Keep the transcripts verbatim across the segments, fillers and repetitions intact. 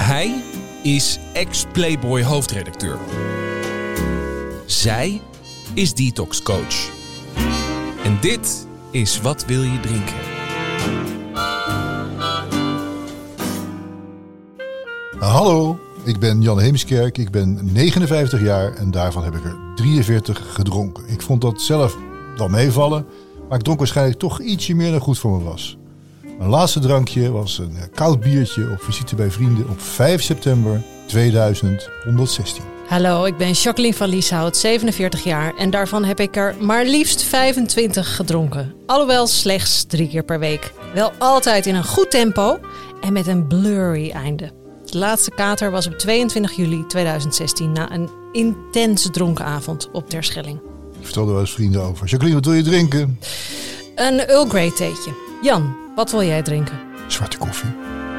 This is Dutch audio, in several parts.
Hij is ex-Playboy hoofdredacteur. Zij is detox coach. En dit is Wat wil je drinken? Hallo, ik ben Jan Heemskerk. Ik ben negenenvijftig jaar en daarvan heb ik er drieënveertig gedronken. Ik vond dat zelf wel meevallen, maar ik dronk waarschijnlijk toch ietsje meer dan goed voor me was. Mijn laatste drankje was een koud biertje op visite bij vrienden op vijf september tweeduizend zestien. Hallo, ik ben Jacqueline van Lieshout, zevenenveertig jaar en daarvan heb ik er maar liefst vijfentwintig gedronken. Alhoewel slechts drie keer per week. Wel altijd in een goed tempo en met een blurry einde. De laatste kater was op tweeëntwintig juli tweeduizend zestien na een intens dronken avond op Terschelling. Ik vertelde wel eens vrienden over. Jacqueline, wat wil je drinken? Een Earl Grey theetje. Jan, wat wil jij drinken? Zwarte koffie.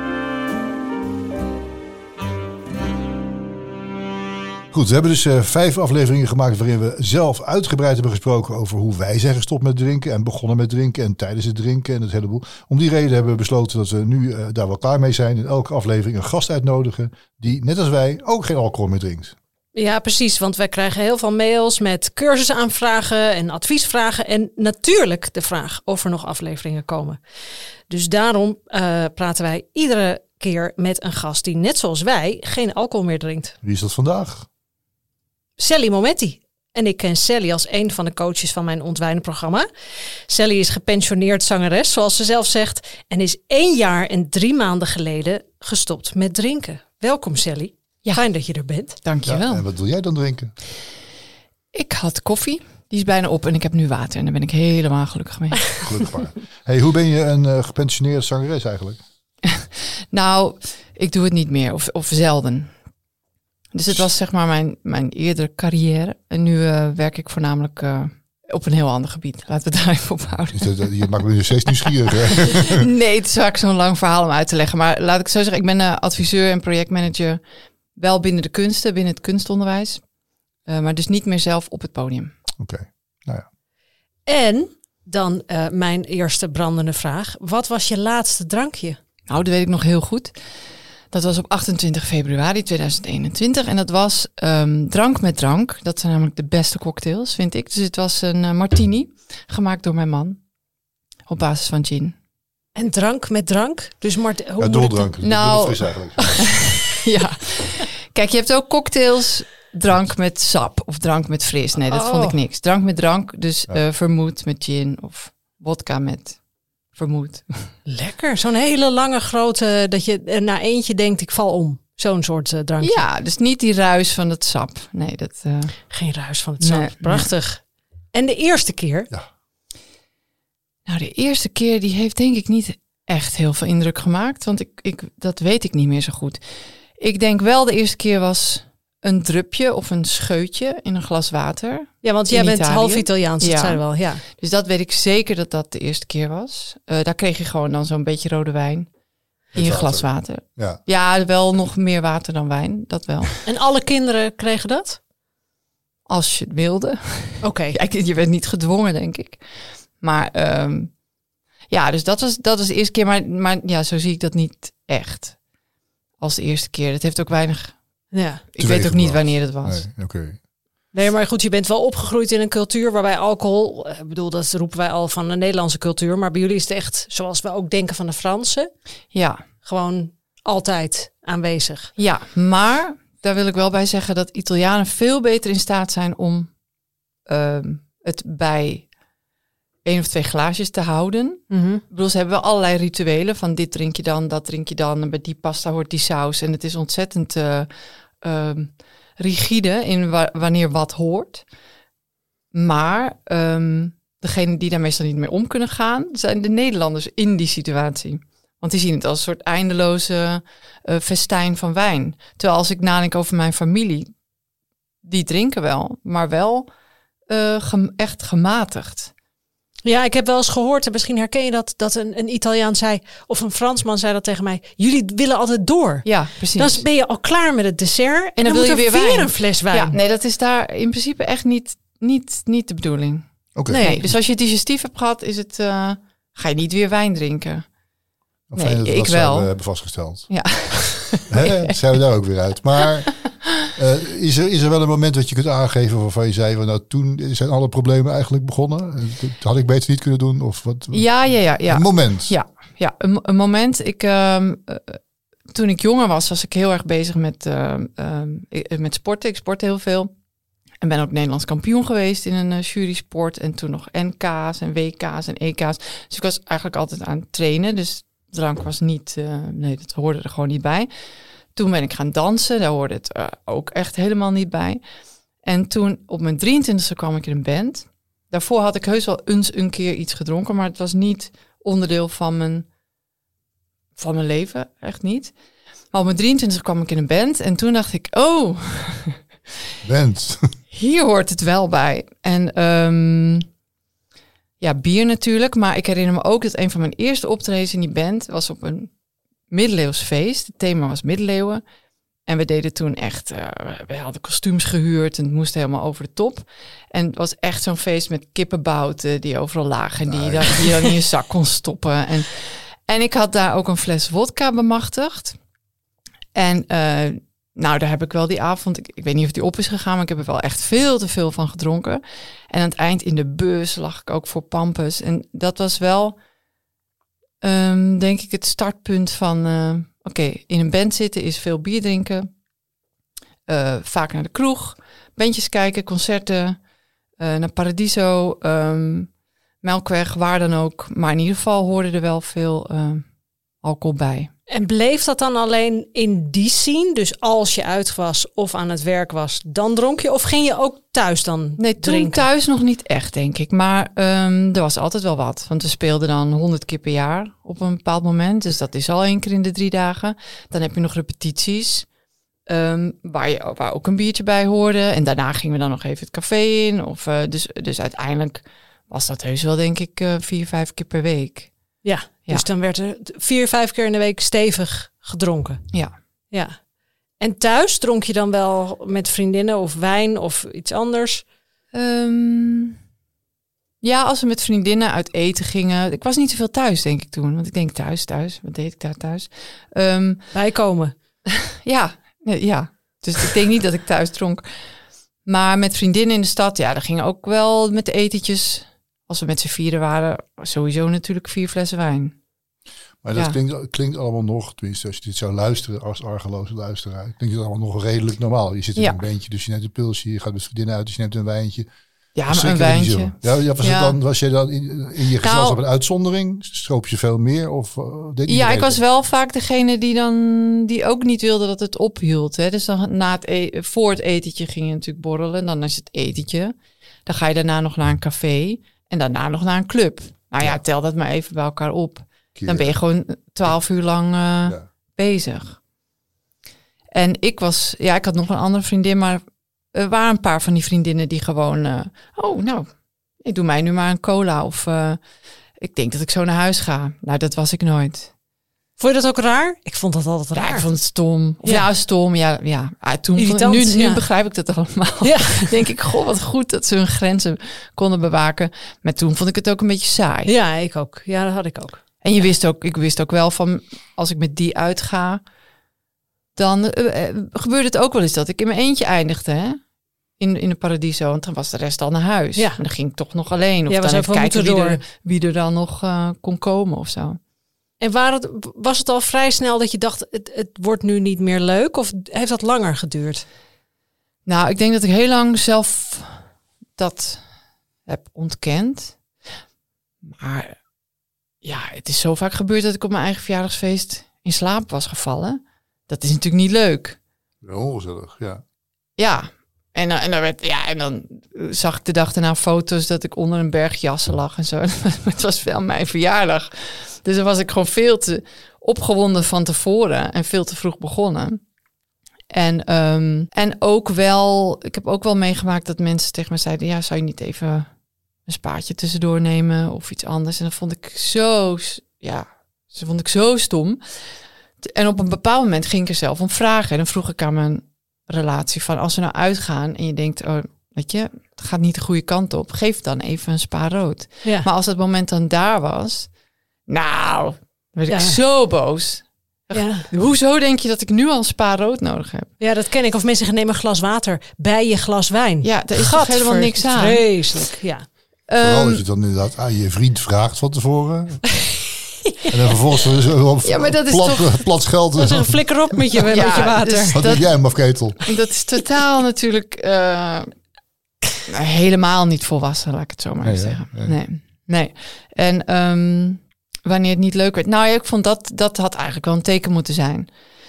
Goed, we hebben dus uh, vijf afleveringen gemaakt waarin we zelf uitgebreid hebben gesproken over hoe wij zijn gestopt met drinken en begonnen met drinken en tijdens het drinken en het heleboel. Om die reden hebben we besloten dat we nu uh, daar wel klaar mee zijn en elke aflevering een gast uitnodigen die, net als wij, ook geen alcohol meer drinkt. Ja, precies, want wij krijgen heel veel mails met cursusaanvragen en adviesvragen en natuurlijk de vraag of er nog afleveringen komen. Dus daarom uh, praten wij iedere keer met een gast die net zoals wij geen alcohol meer drinkt. Wie is dat vandaag? Sally Mometti. En ik ken Sally als een van de coaches van mijn ontwijnenprogramma. Sally is gepensioneerd zangeres, zoals ze zelf zegt, en is één jaar en drie maanden geleden gestopt met drinken. Welkom Sally. Ja. Fijn dat je er bent. Dank je wel. Ja, en wat wil jij dan drinken? Ik had koffie. Die is bijna op en ik heb nu water. En daar ben ik helemaal gelukkig mee. Gelukkig maar. Hey, hoe ben je een uh, gepensioneerde zangeres eigenlijk? Nou, ik doe het niet meer. Of, of zelden. Dus het was zeg maar mijn, mijn eerdere carrière. En nu uh, werk ik voornamelijk uh, op een heel ander gebied. Laten we het daar even op houden. Dus dat, je maakt me nu steeds nieuwsgierig. Hè? Nee, het is vaak zo'n lang verhaal om uit te leggen. Maar laat ik zo zeggen, ik ben uh, adviseur en projectmanager. Wel binnen de kunsten, binnen het kunstonderwijs. Uh, maar dus niet meer zelf op het podium. Oké, okay. Nou ja. En dan uh, mijn eerste brandende vraag. Wat was je laatste drankje? Nou, dat weet ik nog heel goed. Dat was op achtentwintig februari tweeduizend eenentwintig. En dat was um, drank met drank. Dat zijn namelijk de beste cocktails, vind ik. Dus het was een uh, martini, gemaakt door mijn man. Op basis van gin. En drank met drank? Dus Mart- hoe ja, doldrank. Ik... Nou, fris eigenlijk. Ja. Kijk, je hebt ook cocktails, drank met sap of drank met fris. Nee, dat oh. vond ik niks. Drank met drank, dus ja. uh, vermoed met gin of vodka met vermoed. Lekker, zo'n hele lange grote, dat je na eentje denkt, ik val om. Zo'n soort uh, drankje. Ja, dus niet die ruis van het sap. Nee, dat... Uh... Geen ruis van het sap, nee, prachtig. Nee. En de eerste keer? Ja. Nou, de eerste keer die heeft denk ik niet echt heel veel indruk gemaakt. Want ik, ik, dat weet ik niet meer zo goed. Ik denk wel de eerste keer was een drupje of een scheutje in een glas water. Ja, want jij bent half Italiaans, dat ja. zei je wel. Ja. Dus dat weet ik zeker dat dat de eerste keer was. Uh, daar kreeg je gewoon dan zo'n beetje rode wijn in je glas water. Ja. ja, wel nog meer water dan wijn, dat wel. En alle kinderen kregen dat? Als je het wilde. Oké. Okay. Ja, je werd niet gedwongen, denk ik. Maar um, ja, dus dat was, dat was de eerste keer. Maar, maar ja, zo zie ik dat niet echt. Als de eerste keer. Dat heeft ook weinig... Ja. Ik weet ook niet wanneer het was. Nee, okay. nee, maar goed, je bent wel opgegroeid in een cultuur waarbij alcohol... Ik bedoel, dat roepen wij al van de Nederlandse cultuur. Maar bij jullie is het echt, zoals we ook denken van de Fransen... Ja. Gewoon altijd aanwezig. Ja, maar daar wil ik wel bij zeggen dat Italianen veel beter in staat zijn om uh, het bij... één of twee glaasjes te houden. Mm-hmm. Ik bedoel, ze hebben wel allerlei rituelen van dit drink je dan, dat drink je dan. En bij die pasta hoort die saus. En het is ontzettend uh, uh, rigide in wa- wanneer wat hoort. Maar um, degene die daar meestal niet mee om kunnen gaan, zijn de Nederlanders in die situatie. Want die zien het als een soort eindeloze uh, festijn van wijn. Terwijl als ik nadenk over mijn familie, die drinken wel, maar wel uh, gem- echt gematigd. Ja, ik heb wel eens gehoord, en misschien herken je dat, dat een, een Italiaan zei, of een Fransman zei dat tegen mij, jullie willen altijd door. Ja, precies. Dan ben je al klaar met het dessert en, en dan, dan wil je weer, weer wijn. een fles wijn. Ja, nee, dat is daar in principe echt niet, niet, niet de bedoeling. Okay. Nee, dus als je het digestief hebt gehad, is het, uh, ga je niet weer wijn drinken. Fijn nee, dat we ik dat wel. zo hebben vastgesteld. Ja. Hè, zijn we daar ook weer uit. Maar uh, is, er, is er wel een moment dat je kunt aangeven waarvan je zei, van, nou toen zijn alle problemen eigenlijk begonnen? Dat had ik beter niet kunnen doen? Of wat? Ja, ja, ja. ja. Een moment. Ja, ja een, een moment. Ik, uh, uh, toen ik jonger was, was ik heel erg bezig met, uh, uh, met sporten. Ik sportte heel veel. En ben ook Nederlands kampioen geweest in een uh, jurysport. En toen nog N K's en W K's en E K's. Dus ik was eigenlijk altijd aan het trainen. Dus drank was niet, uh, nee, dat hoorde er gewoon niet bij. Toen ben ik gaan dansen. Daar hoorde het uh, ook echt helemaal niet bij. En toen op mijn drieëntwintigste kwam ik in een band. Daarvoor had ik heus wel eens een keer iets gedronken. Maar het was niet onderdeel van mijn, van mijn leven. Echt niet. Maar op mijn drieëntwintigste kwam ik in een band. En toen dacht ik, oh... Band. Hier hoort het wel bij. En um, ja, bier natuurlijk. Maar ik herinner me ook dat een van mijn eerste optredens in die band was op een middeleeuws feest. Het thema was middeleeuwen. En we deden toen echt, uh, we hadden kostuums gehuurd en het moest helemaal over de top. En het was echt zo'n feest met kippenbouten die overal lagen. En die, nee. die je dan in je zak kon stoppen. En, en ik had daar ook een fles wodka bemachtigd. En... Uh, Nou, daar heb ik wel die avond, ik, ik weet niet of die op is gegaan, maar ik heb er wel echt veel te veel van gedronken. En aan het eind in de bus lag ik ook voor Pampus. En dat was wel, um, denk ik, het startpunt van, uh, oké, okay, in een band zitten is veel bier drinken. Uh, vaak naar de kroeg, bandjes kijken, concerten, uh, naar Paradiso, um, Melkweg, waar dan ook. Maar in ieder geval hoorde er wel veel uh, alcohol bij. En bleef dat dan alleen in die scene? Dus als je uit was of aan het werk was, dan dronk je? Of ging je ook thuis dan Nee, toen drinken? thuis nog niet echt, denk ik. Maar um, er was altijd wel wat. Want we speelden dan honderd keer per jaar op een bepaald moment. Dus dat is al één keer in de drie dagen. Dan heb je nog repetities, um, waar, je, waar ook een biertje bij hoorde. En daarna gingen we dan nog even het café in. Of, uh, dus, dus uiteindelijk was dat heus wel, denk ik, uh, vier, vijf keer per week. Ja, Ja. dus dan werd er vier, vijf keer in de week stevig gedronken. Ja. Ja. En thuis dronk je dan wel met vriendinnen of wijn of iets anders? Um, ja, als we met vriendinnen uit eten gingen. Ik was niet zoveel thuis, denk ik toen. Want ik denk thuis, thuis. Wat deed ik daar thuis? Um, Bijkomen. ja, ja. Dus ik denk niet dat ik thuis dronk. Maar met vriendinnen in de stad, ja, daar gingen ook wel met de etentjes. Als we met z'n vieren waren, sowieso natuurlijk vier flessen wijn. Maar dat ja. klinkt, klinkt allemaal nog, tenminste als je dit zou luisteren als argeloze luisteraar, klinkt het allemaal nog redelijk normaal. Je zit in ja. een bandje, dus je neemt een pilsje, je gaat met vriendinnen uit, dus je neemt een wijntje. Ja, maar een wijntje. Ja, ja, was, ja. Het dan, was je dan in, in je gezelschap nou, een uitzondering? Stroop je veel meer? Of, uh, deed ja, ik was wel vaak degene die dan die ook niet wilde dat het ophield. Hè. Dus dan na het e- voor het etentje ging je natuurlijk borrelen. Dan is het etentje. Dan ga je daarna nog naar een café. En daarna nog naar een club. Nou ja, ja. tel dat maar even bij elkaar op. Keer. Dan ben je gewoon twaalf uur lang uh, ja. bezig. En ik was, ja, ik had nog een andere vriendin, maar er waren een paar van die vriendinnen die gewoon, uh, oh, nou, ik doe mij nu maar een cola of uh, ik denk dat ik zo naar huis ga. Nou, dat was ik nooit. Vond je dat ook raar? Ik vond dat altijd raar. Ja, ik vond het stom. Of ja, ja stom. Ja, ja. Ah, toen, Irritant, nu, nu ja. begrijp ik dat allemaal. Ja. Denk ik, goh, wat goed dat ze hun grenzen konden bewaken. Maar toen vond ik het ook een beetje saai. Ja, ik ook. Ja, dat had ik ook. En je ja. wist ook, ik wist ook wel van, als ik met die uitga, dan uh, uh, gebeurde het ook wel eens dat ik in mijn eentje eindigde, hè? In, in de Paradiso. Want dan was de rest al naar huis. Ja. En dan ging ik toch nog alleen. Of ja, dan even kijken wie door. er, wie er dan nog uh, kon komen of zo. En waar het, was het al vrij snel dat je dacht, het, het wordt nu niet meer leuk? Of heeft dat langer geduurd? Nou, ik denk dat ik heel lang zelf dat heb ontkend. Maar ja, het is zo vaak gebeurd dat ik op mijn eigen verjaardagsfeest in slaap was gevallen. Dat is natuurlijk niet leuk. Ja, ongezellig, ja. Ja, en, en, dan werd, ja, en dan zag ik de dag daarna foto's dat ik onder een berg jassen lag en zo. Het was wel mijn verjaardag. Dus dan was ik gewoon veel te opgewonden van tevoren en veel te vroeg begonnen. En, um, en ook wel, ik heb ook wel meegemaakt dat mensen tegen me zeiden, ja, zou je niet even een spaatje tussendoor nemen of iets anders? En dat vond ik zo, ja, dat vond ik zo stom. En op een bepaald moment ging ik er zelf om vragen. En dan vroeg ik aan mijn relatie van, als we nou uitgaan en je denkt, oh, weet je, het gaat niet de goede kant op, geef dan even een spa rood. Ja. Maar als dat moment dan daar was, nou, Dan werd Ja. ik zo boos. Ja. Hoezo denk je dat ik nu al een spa rood nodig heb? ja, dat ken ik. Of mensen gaan nemen een glas water bij je glas wijn. Ja, daar is toch Gadver- helemaal niks aan. Vreselijk, ja. Vooral Um, als je dan inderdaad aan je vriend vraagt van tevoren. En dan vervolgens zo op Ja, maar dat is plat, toch- plat geld. Dan zeg, flikker op met je, met Ja, je water. dus- Wat dat- doe jij, mafketel? dat is totaal natuurlijk uh, helemaal niet volwassen, laat ik het zo maar Nee, hè? zeggen. Nee. Nee, nee. En um, wanneer het niet leuk werd. Nou ja, ik vond dat, dat had eigenlijk wel een teken moeten zijn.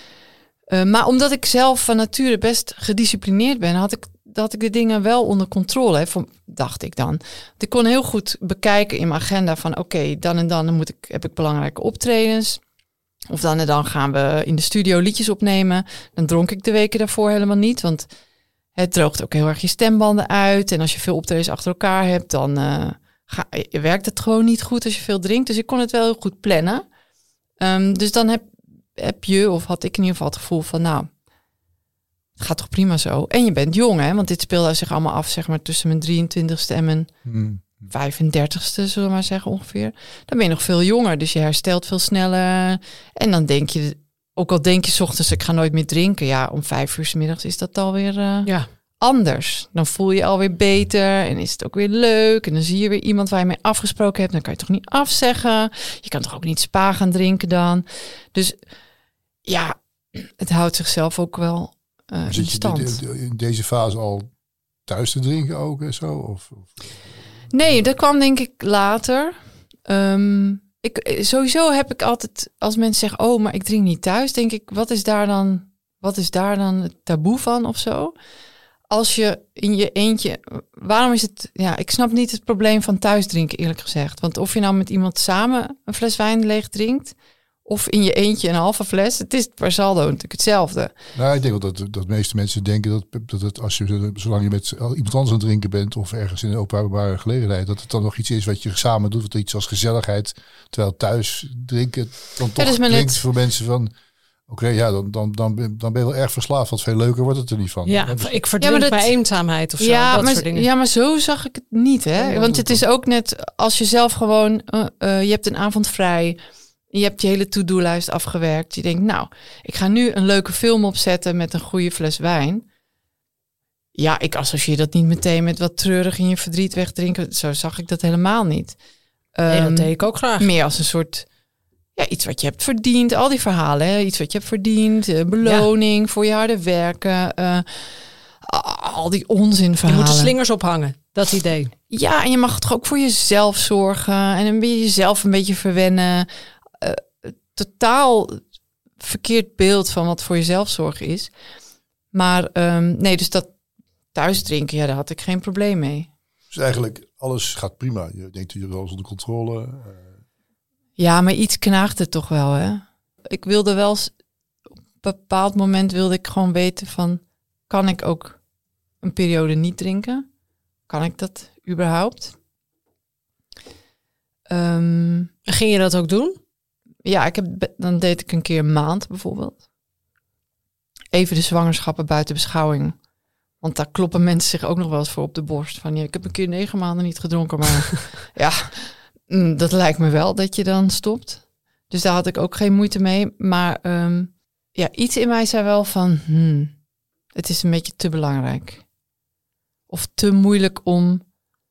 Uh, maar omdat ik zelf van nature best gedisciplineerd ben, had ik, had ik de dingen wel onder controle, hè, van, dacht ik dan. Want ik kon heel goed bekijken in mijn agenda van oké, okay, dan en dan moet ik, heb ik belangrijke optredens. Of dan en dan gaan we in de studio liedjes opnemen. Dan dronk ik de weken daarvoor helemaal niet, want het droogt ook heel erg je stembanden uit. En als je veel optredens achter elkaar hebt, dan uh, ga, werkt het gewoon niet goed als je veel drinkt. Dus ik kon het wel heel goed plannen. Um, dus dan heb, heb je, of had ik in ieder geval het gevoel van, nou, het gaat toch prima zo. En je bent jong, hè? Want dit speelde zich allemaal af, zeg maar, tussen mijn drieëntwintigste en mijn Hmm. vijfendertigste, zullen we maar zeggen ongeveer. Dan ben je nog veel jonger, dus je herstelt veel sneller. En dan denk je, ook al denk je 's ochtends, ik ga nooit meer drinken. Ja, om vijf uur 's middags is dat alweer uh, Ja. anders. Dan voel je je alweer beter en is het ook weer leuk. En dan zie je weer iemand waar je mee afgesproken hebt. Dan kan je toch niet afzeggen. Je kan toch ook niet spa gaan drinken dan. Dus ja, het houdt zichzelf ook wel uh, in Zit je stand. de- de- in deze fase al thuis te drinken ook en zo? Of, of? Nee, dat kwam denk ik later. Um, ik, sowieso heb ik altijd, als mensen zeggen, oh, maar ik drink niet thuis, denk ik, wat is daar dan, wat is daar dan het taboe van of zo? Als je in je eentje, waarom is het, ja, ik snap niet het probleem van thuis drinken, eerlijk gezegd. Want of je nou met iemand samen een fles wijn leeg drinkt, of in je eentje een halve fles, het is per saldo natuurlijk hetzelfde. Nou, ik denk wel dat, dat de meeste mensen denken dat, dat het als je, zolang je met iemand anders aan het drinken bent of ergens in een openbare gelegenheid, dat het dan nog iets is wat je samen doet, wat iets als gezelligheid. Terwijl thuis drinken dan toch dat is maar klinkt net- voor mensen van, oké, okay, ja, dan, dan, dan, ben- dan ben je wel erg verslaafd, want veel leuker wordt het er niet van. Ja, Dat is- ik verdrink Ja, maar dat- bij eenzaamheid of zo. Ja, dat maar, soort dingen. ja, maar zo zag ik het niet, hè? Ja, ja, Want dat het is ook net als je zelf gewoon, uh, uh, je hebt een avond vrij, je hebt je hele to-do-lijst afgewerkt. Je denkt, nou, ik ga nu een leuke film opzetten met een goede fles wijn. Ja, ik associeer dat niet meteen met wat treurig in je verdriet wegdrinken. Zo zag ik dat helemaal niet. Nee, Um, dat deed ik ook graag. meer als een soort, ja, iets wat je hebt verdiend. Al die verhalen, hè? Iets wat je hebt verdiend. Uh, beloning voor je harde werken. Uh, al die Je onzinverhalen. moet de slingers ophangen, dat idee. Ja, en je mag toch ook voor jezelf zorgen. En een beetje jezelf een beetje verwennen. Uh, totaal verkeerd beeld van wat voor jezelf zorgen is. Maar um, nee, dus dat thuis drinken, ja, daar had ik geen probleem mee. Dus eigenlijk alles gaat prima. Je denkt dat je alles onder controle. Uh, Ja, maar iets knaagde toch wel, hè? Ik wilde wel, s- op een bepaald moment wilde ik gewoon weten van, kan ik ook een periode niet drinken? Kan ik dat überhaupt? Um, Ging je dat ook doen? ja, ik heb, be- dan deed ik een keer een maand bijvoorbeeld. Even de zwangerschappen buiten beschouwing. Want daar kloppen mensen zich ook nog wel eens voor op de borst. Van ja, ik heb een keer negen maanden niet gedronken, maar ja, mm, dat lijkt me wel dat je dan stopt. Dus daar had ik ook geen moeite mee. Maar um, ja, iets in mij zei wel van, hmm, het is een beetje te belangrijk. Of te moeilijk om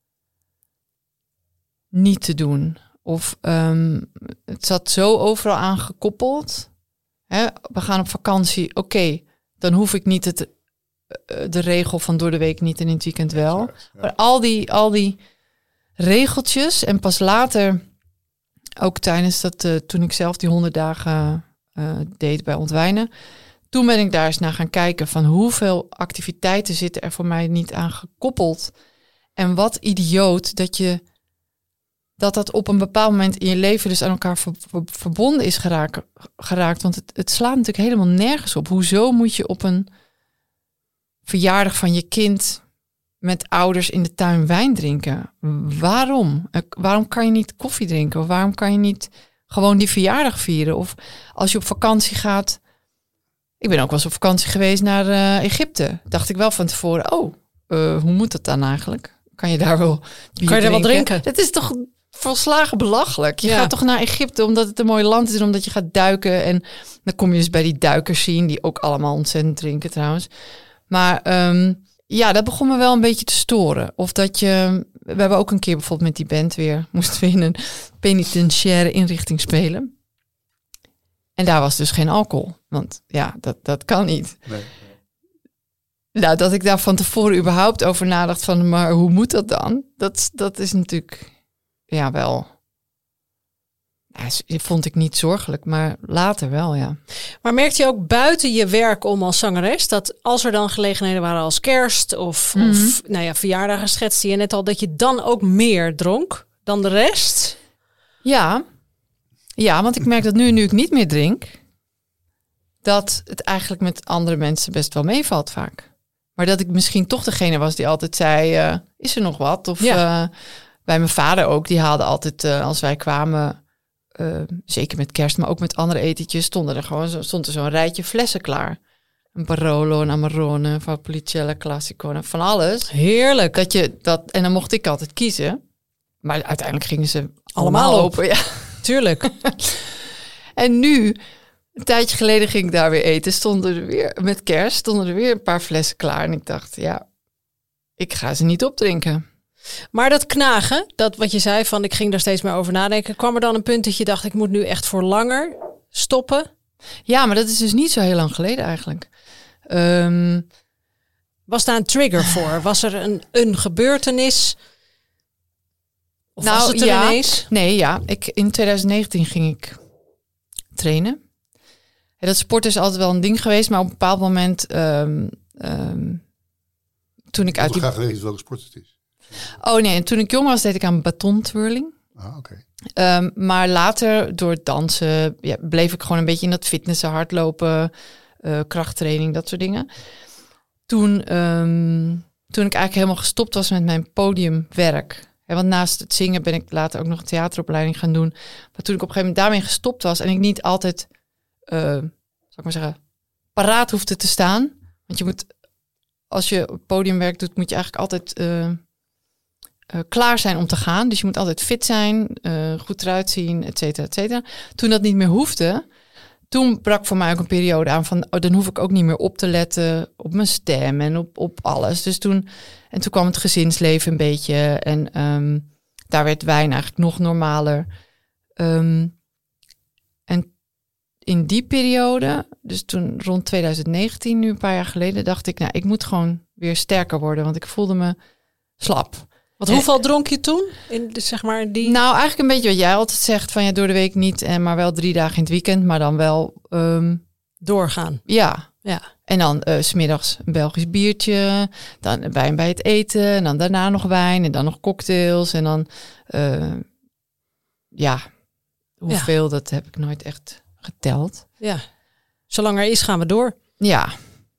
niet te doen. Of um, het zat zo overal aan gekoppeld. Hè, we gaan op vakantie, oké, okay, dan hoef ik niet het, de regel van door de week niet en in het weekend wel. ja. Maar al die, al die regeltjes en pas later, ook tijdens dat, uh, toen ik zelf die honderd dagen uh, deed bij Ontwijnen, toen ben ik daar eens naar gaan kijken van hoeveel activiteiten zitten er voor mij niet aan gekoppeld. En wat idioot dat je dat dat op een bepaald moment in je leven dus aan elkaar ver, ver, verbonden is geraakt. geraakt. Want het, het slaat natuurlijk helemaal nergens op. Hoezo moet je op een verjaardag van je kind met ouders in de tuin wijn drinken? Waarom? Waarom kan je niet koffie drinken? Of waarom kan je niet gewoon die verjaardag vieren? Of als je op vakantie gaat. Ik ben ook wel eens op vakantie geweest naar uh, Egypte. Dacht ik wel van tevoren, oh, uh, hoe moet dat dan eigenlijk? Kan je daar wel bier Kan je daar wel drinken? drinken? Dat is toch volslagen belachelijk. Je Ja. gaat toch naar Egypte omdat het een mooi land is en omdat je gaat duiken. En dan kom je dus bij die duikers zien, die ook allemaal ontzettend drinken trouwens. Maar um, ja, dat begon me wel een beetje te storen. Of dat je... We hebben ook een keer bijvoorbeeld met die band weer... moesten we in een penitentiaire inrichting spelen. En daar was dus geen alcohol. Want ja, dat, dat kan niet. Nee. Nou, dat ik daar van tevoren überhaupt over nadacht van... maar hoe moet dat dan? Dat, dat is natuurlijk... Ja, wel... Ja, vond ik niet zorgelijk, maar later wel, ja. Maar merkte je ook buiten je werk om als zangeres... dat als er dan gelegenheden waren als kerst of, Mm-hmm. of nou ja, verjaardagen schetste je net al... dat je dan ook meer dronk dan de rest? Ja, ja, want ik merk dat nu, nu ik niet meer drink... dat het eigenlijk met andere mensen best wel meevalt vaak. Maar dat ik misschien toch degene was die altijd zei... Uh, is er nog wat? Of Ja. uh, bij mijn vader ook, die haalde altijd uh, als wij kwamen... Uh, zeker met kerst, maar ook met andere etentjes... stonden er gewoon zo, stond er zo'n rijtje flessen klaar. Een Barolo, een Amarone, een Valpolicella Classico, van alles. Heerlijk. Dat je dat, en dan mocht ik altijd kiezen. Maar uiteindelijk gingen ze Allemaal allemaal op. open. Ja. Tuurlijk. En nu, een tijdje geleden ging ik daar weer eten. Stonden er weer, met kerst stonden er weer een paar flessen klaar. En ik dacht, ja, ik ga ze niet opdrinken. Maar dat knagen, dat wat je zei van ik ging daar steeds meer over nadenken... kwam er dan een punt dat je dacht ik moet nu echt voor langer stoppen? Ja, maar dat is dus niet zo heel lang geleden eigenlijk. Um, Was daar een trigger voor? Was er een, een gebeurtenis? Of nou, was het er ja, ineens? Nee, ja. Ik, in twintig negentien ging ik trainen. En dat sport is altijd wel een ding geweest, maar op een bepaald moment... Um, um, toen ik Ik uit wil die... graag weten welke sport het is. Oh nee, en toen ik jong was deed ik aan batontwirling. Ah, oké. Okay. Um, maar later door het dansen ja, bleef ik gewoon een beetje in dat fitnessen, hardlopen, uh, krachttraining, dat soort dingen. Toen, um, toen ik eigenlijk helemaal gestopt was met mijn podiumwerk. Ja, want naast het zingen ben ik later ook nog een theateropleiding gaan doen. Maar toen ik op een gegeven moment daarmee gestopt was en ik niet altijd, uh, zal ik maar zeggen, paraat hoefde te staan. Want je moet, als je podiumwerk doet, moet je eigenlijk altijd... Uh, Uh, klaar zijn om te gaan. Dus je moet altijd fit zijn, uh, goed eruit zien, et cetera, et cetera. Toen dat niet meer hoefde, toen brak voor mij ook een periode aan van, oh, dan hoef ik ook niet meer op te letten op mijn stem en op, op alles. Dus toen, en toen kwam het gezinsleven een beetje en um, daar werd wijn eigenlijk nog normaler. Um, en in die periode, dus toen rond twintig negentien, nu een paar jaar geleden, dacht ik, nou, ik moet gewoon weer sterker worden, want ik voelde me slap. Want hoeveel dronk je toen? In, zeg maar, die... Nou, eigenlijk een beetje wat jij altijd zegt. Van ja, door de week niet, en maar wel drie dagen in het weekend. Maar dan wel... Um, doorgaan. Ja. ja. En dan uh, 's middags een Belgisch biertje. Dan wijn bij het eten. En dan daarna nog wijn. En dan nog cocktails. En dan... Uh, ja, hoeveel, ja. Dat heb ik nooit echt geteld. Ja. Zolang er is, gaan we door. Ja.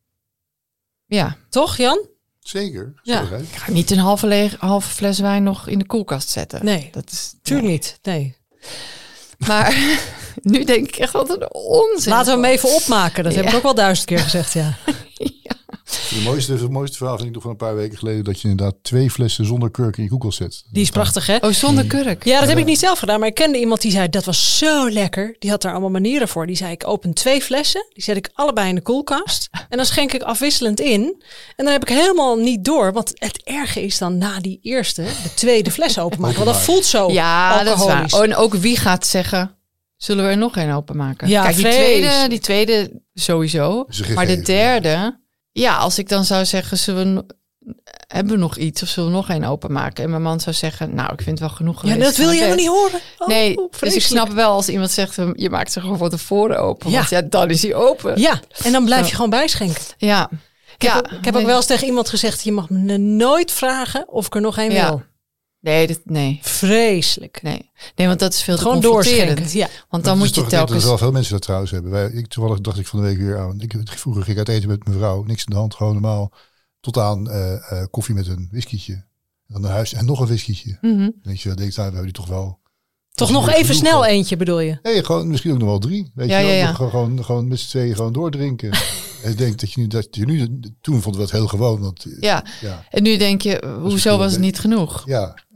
Ja. Toch, Jan? Zeker. Ja. Ik ga niet een halve, leeg, halve fles wijn nog in de koelkast zetten. Nee, dat is tuurlijk nee. niet. Nee. Maar nu denk ik echt wat een onzin. Laten we hem even opmaken. Dat ja. heb ik ook wel duizend keer gezegd, ja. ja. Het mooiste, het mooiste verhaal vind ik nog van een paar weken geleden... dat je inderdaad twee flessen zonder kurk in je koelkast zet. Die is prachtig, hè? Oh, zonder kurk? Ja, dat heb ik niet zelf gedaan. Maar ik kende iemand die zei, dat was zo lekker. Die had daar allemaal manieren voor. Die zei, ik open twee flessen. Die zet ik allebei in de koelkast. En dan schenk ik afwisselend in. En dan heb ik helemaal niet door. Want het erge is dan na die eerste, de tweede fles openmaken. Want dat voelt zo ja, dat is waar. Oh, en ook wie gaat zeggen... Zullen we er nog een openmaken? Ja, kijk, die tweede, die tweede sowieso. Maar de derde... Ja, als ik dan zou zeggen, zullen we, hebben we nog iets of zullen we nog een openmaken? En mijn man zou zeggen, nou, ik vind het wel genoeg geweest. Ja, dat wil je helemaal niet horen. Oh, nee, dus ik snap wel als iemand zegt, je maakt ze gewoon van tevoren open. Ja. Want ja, dan is hij open. Ja, en dan blijf je gewoon bijschenken. Ja. Ik heb, ja, ook, ik heb nee. ook wel eens tegen iemand gezegd, je mag me nooit vragen of ik er nog een ja. wil. Nee, dat, nee. Vreselijk. Nee. nee, want dat is veel te gewoon confronterend. Ja. Want dan maar moet je toch, telkens... Dat wel veel mensen dat trouwens hebben. Wij, ik, toevallig dacht ik van de week weer aan. Ik, vroeger ging ik uit eten met mijn vrouw. Niks in de hand, gewoon normaal. Tot aan uh, uh, koffie met een whiskietje. En dan naar huis en nog een whiskietje. Mm-hmm. Weet je, dan denk ik, nou, we hebben die toch wel... Toch nog even snel van. Eentje bedoel je? Nee, gewoon misschien ook nog wel drie. Weet ja, je, ja, ja. Gewoon, gewoon, gewoon met z'n tweeën gewoon doordrinken. En ik denk dat je nu, dat je nu, toen vonden we het heel gewoon. Want, ja. ja, en nu denk je, hoezo was het niet genoeg? Ja,